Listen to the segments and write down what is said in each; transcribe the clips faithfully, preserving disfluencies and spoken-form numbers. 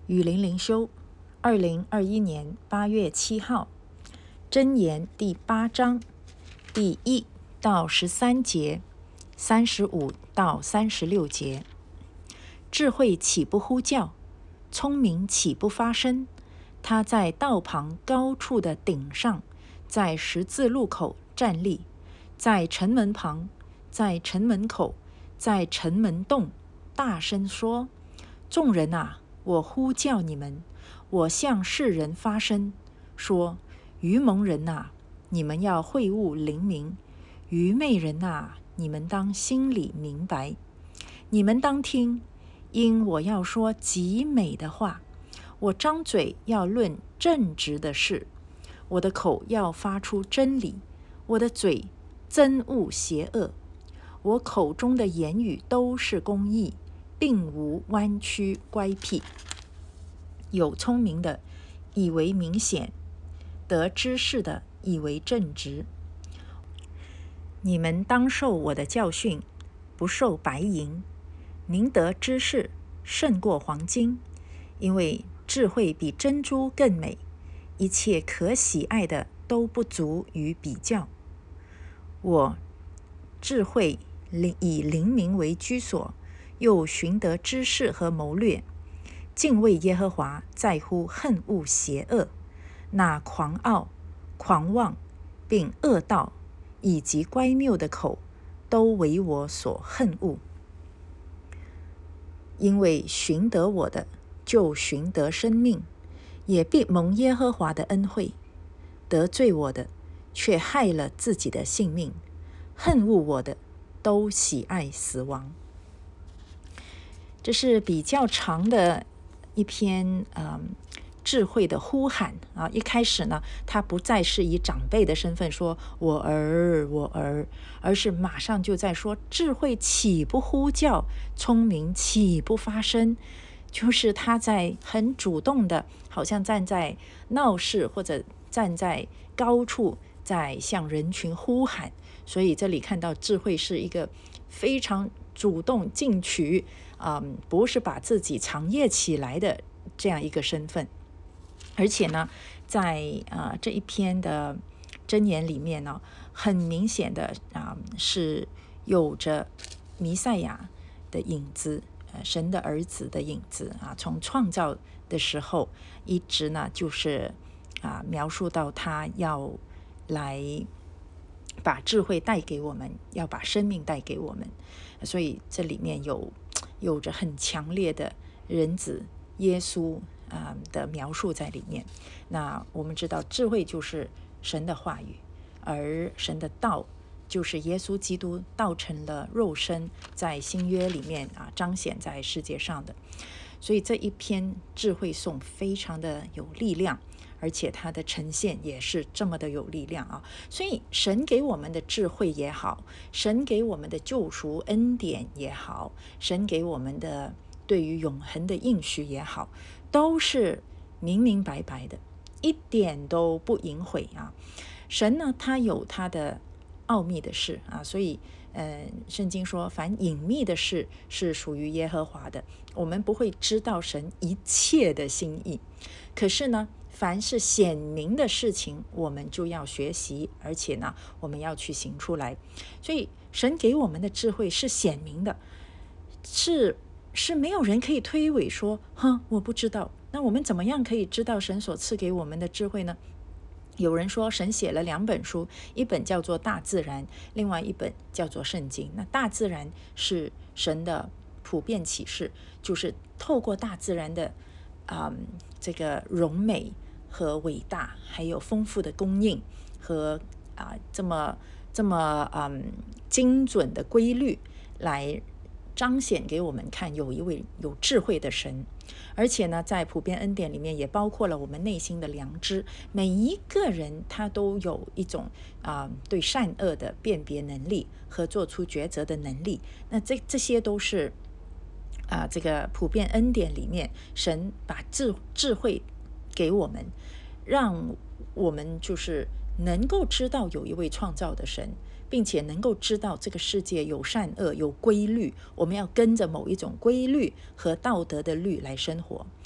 雨林灵修，二零二一年八月七号，箴言第八章第一到十三节，三十五到三十六节。智慧岂不呼叫？聪明岂不发声？他在道旁高处的顶上，在十字路口站立，在城门旁，在城门口，在城门洞，大声说：众人啊，我呼叫你们，我向世人发声，说：愚蒙人啊，你们要会悟灵明；愚昧人啊，你们当心里明白。你们当听，因我要说极美的话，我张嘴要论正直的事，我的口要发出真理，我的嘴憎恶邪恶。我口中的言语都是公义，并无弯曲乖僻。有聪明的以为明显，得知识的以为正直。你们当受我的教训，不受白银。宁得知识胜过黄金，因为智慧比珍珠更美，一切可喜爱的都不足于比较。我智慧以灵明为居所，又寻得知识和谋略。敬畏耶和华在乎恨恶邪恶，那狂傲、狂妄并恶道以及乖谬的口，都为我所恨恶。因为寻得我的，就寻得生命，也必蒙耶和华的恩惠。得罪我的，却害了自己的性命；恨恶我的，都喜爱死亡。这是比较长的一篇嗯智慧的呼喊啊！一开始呢，他不再是以长辈的身份说“我儿，我儿”，而是马上就在说：“智慧岂不呼叫？聪明岂不发声？”就是他在很主动的，好像站在闹市或者站在高处，在向人群呼喊。所以这里看到智慧是一个非常主动进取，嗯，不是把自己藏掖起来的这样一个身份。而且呢，在啊、呃、这一篇的箴言里面呢，很明显的啊、呃、是有着弥赛亚的影子，呃，神的儿子的影子啊。从创造的时候一直呢，就是啊、呃、描述到他要来把智慧带给我们，要把生命带给我们。所以这里面有有着很强烈的人子耶稣啊、呃、的描述在里面。那我们知道智慧就是神的话语，而神的道就是耶稣基督道成了肉身，在新约里面啊彰显在世界上的。所以这一篇智慧颂非常的有力量，而且它的呈现也是这么的有力量啊！所以神给我们的智慧也好，神给我们的救赎恩典也好，神给我们的对于永恒的应许也好，都是明明白白的，一点都不隐晦啊！神呢，他有他的奥秘的事啊，所以呃，圣经说，凡隐秘的事是属于耶和华的，我们不会知道神一切的心意。可是呢，凡是显明的事情，我们就要学习，而且呢，我们要去行出来。所以神给我们的智慧是显明的，是是没有人可以推诿说，哼，我不知道。那我们怎么样可以知道神所赐给我们的智慧呢？有人说神写了两本书，一本叫做大自然，另外一本叫做圣经。那大自然是神的普遍启示，就是透过大自然的嗯这个荣美和伟大，还有丰富的供应和啊、呃、这么这么嗯精准的规律，来彰显给我们看有一位有智慧的神。而且呢，在普遍恩典里面也包括了我们内心的良知，每一个人他都有一种啊、呃、对善恶的辨别能力和做出抉择的能力。那这这些都是啊、呃、这个普遍恩典里面神把智智慧给我们，让我们就是能够知道有一位创造的神，并且能够知道这个世界有善恶，有规律，我们要跟着某一种规律和道德的律来生活。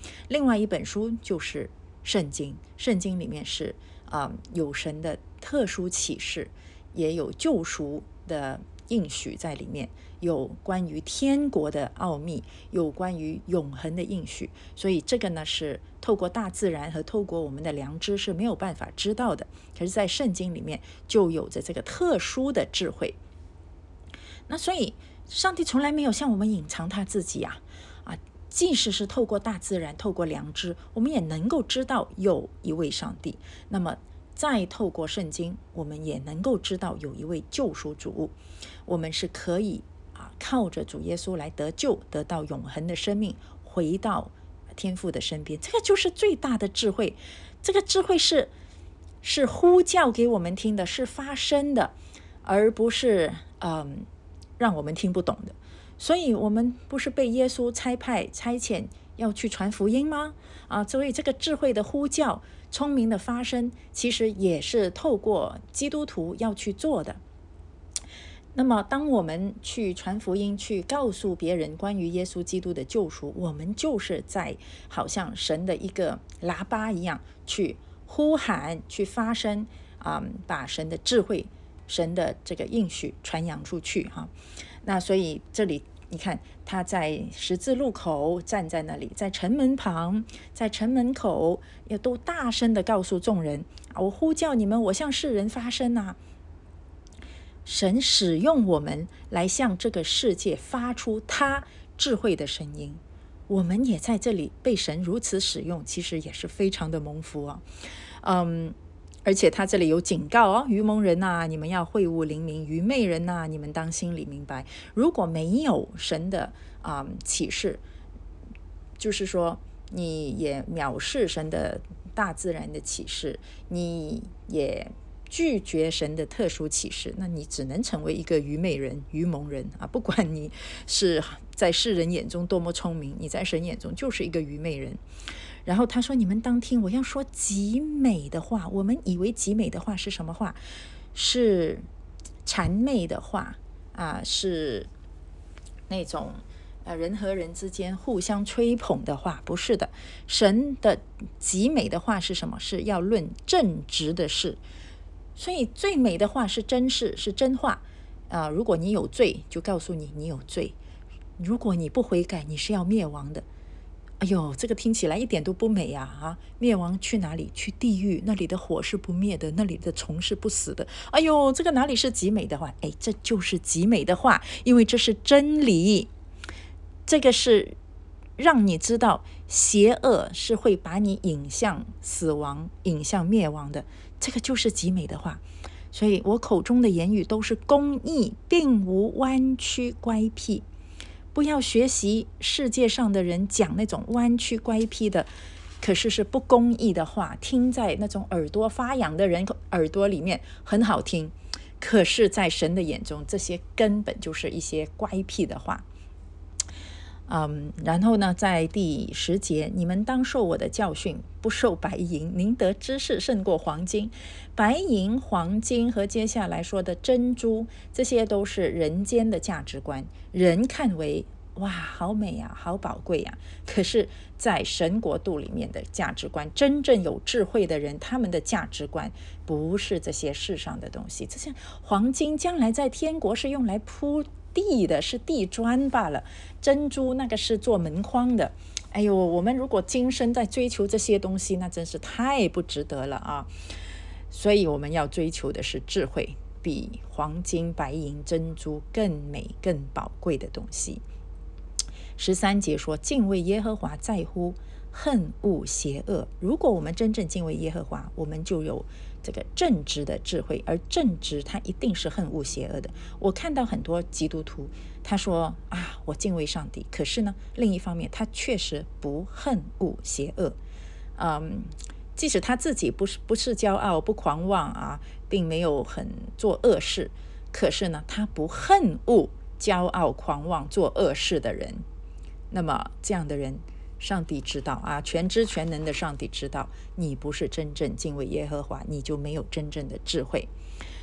另外一本书就是圣经，圣经里面是啊、呃、有神的特殊启示，也有救赎的应许在里面，有关于天国的奥秘，有关于永恒的应许。所以这个呢是透过大自然和透过我们的良知是没有办法知道的，可是在圣经里面就有着这个特殊的智慧。那所以上帝从来没有向我们隐藏他自己啊啊！即使是透过大自然，透过良知，我们也能够知道有一位上帝。那么再透过圣经，我们也能够知道有一位救赎主，我们是可以啊靠着主耶稣来得救，得到永恒的生命，回到天父的身边。这个就是最大的智慧。这个智慧是是呼叫给我们听的，是发声的，而不是嗯让我们听不懂的。所以我们不是被耶稣差派差遣要去传福音吗？啊，所以这个智慧的呼叫，聪明的发声，其实也是透过基督徒要去做的。那么当我们去传福音，去告诉别人关于耶稣基督的救赎，我们就是在好像神的一个喇叭一样去呼喊，去发声啊、嗯，把神的智慧，神的这个应许传扬出去哈。那所以这里你看，他在十字路口站在那里，在城门旁，在城门口也都大声的告诉众人，我呼叫你们，我向世人发声啊。神使用我们来向这个世界发出他智慧的声音，我们也在这里被神如此使用，其实也是非常的蒙福啊。嗯，而且他这里有警告哦，愚蒙人啊，你们要会悟灵明；愚昧人啊，你们当心里明白。如果没有神的啊、嗯、启示，就是说你也藐视神的大自然的启示，你也拒绝神的特殊启示，那你只能成为一个愚昧人、愚蒙人啊！不管你是在世人眼中多么聪明，你在神眼中就是一个愚昧人。然后他说，你们当听，我要说极美的话。我们以为极美的话是什么话？是谄媚的话啊，是那种呃人和人之间互相吹捧的话。不是的，神的极美的话是什么？是要论正直的事。所以最美的话是真事，是真话啊、呃！如果你有罪，就告诉你你有罪；如果你不悔改，你是要灭亡的。哎呦，这个听起来一点都不美呀！啊，灭亡去哪里？去地狱，那里的火是不灭的，那里的虫是不死的。哎呦，这个哪里是极美的话？哎，这就是极美的话，因为这是真理。这个是让你知道，邪恶是会把你引向死亡、引向灭亡的。这个就是极美的话。所以我口中的言语都是公义，并无弯曲乖僻。不要学习世界上的人讲那种弯曲乖僻的，可是是不公义的话，听在那种耳朵发痒的人耳朵里面很好听，可是在神的眼中，这些根本就是一些乖僻的话。嗯，然后呢，在第十节，你们当受我的教训，不受白银，宁得知识胜过黄金。白银、黄金和接下来说的珍珠，这些都是人间的价值观，人看为哇好美啊，好宝贵啊。可是在神国度里面的价值观，真正有智慧的人，他们的价值观不是这些世上的东西。这些黄金将来在天国是用来铺地的，是地砖罢了，珍珠那个是做门框的。哎呦，我们如果今生在追求这些东西，那真是太不值得了啊！所以我们要追求的是智慧，比黄金、白银、珍珠更美、更宝贵的东西。十三节说，敬畏耶和华在乎恨恶邪恶。如果我们真正敬畏耶和华，我们就有这个正直的智慧，而正直它一定是恨恶邪恶的。我看到很多基督徒，他说啊，我敬畏上帝，可是呢，另一方面他确实不恨恶邪恶。嗯，即使他自己不是不是骄傲、不狂妄啊，并没有很做恶事，可是呢，他不恨恶骄傲、狂妄、做恶事的人。那么这样的人，上帝知道啊，全知全能的上帝知道，你不是真正敬畏耶和华，你就没有真正的智慧。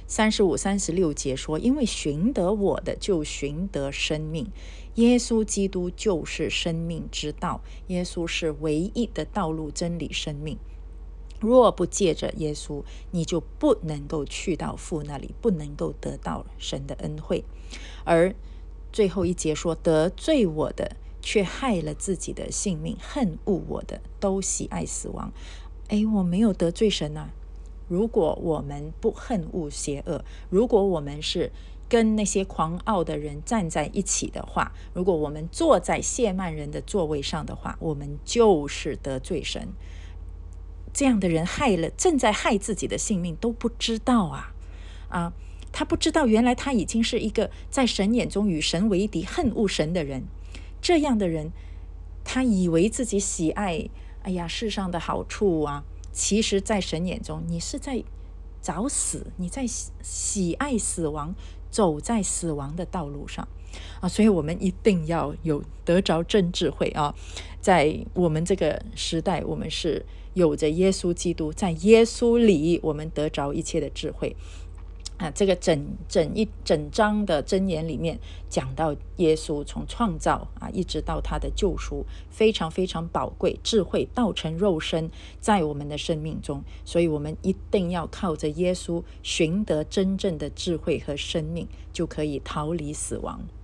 三十五、三十六节说，因为寻得我的就寻得生命。耶稣基督就是生命之道，耶稣是唯一的道路、真理、生命。若不借着耶稣，你就不能够去到父那里，不能够得到神的恩惠。而最后一节说，得罪我的却害了自己的性命，恨恶我的都喜爱死亡。诶，我没有得罪神啊。如果我们不恨恶邪恶，如果我们是跟那些狂傲的人站在一起的话，如果我们坐在谢曼人的座位上的话，我们就是得罪神。这样的人害了，正在害自己的性命都不知道啊啊！他不知道原来他已经是一个在神眼中与神为敌、恨恶神的人。这样的人，他以为自己喜爱哎呀世上的好处啊，其实在神眼中你是在找死，你在喜爱死亡，走在死亡的道路上啊！所以我们一定要有得着真智慧啊！在我们这个时代，我们是有着耶稣基督，在耶稣里我们得着一切的智慧啊。这个整整一整章的箴言里面讲到耶稣从创造啊一直到他的救赎，非常非常宝贵，智慧道成肉身在我们的生命中，所以我们一定要靠着耶稣寻得真正的智慧和生命，就可以逃离死亡。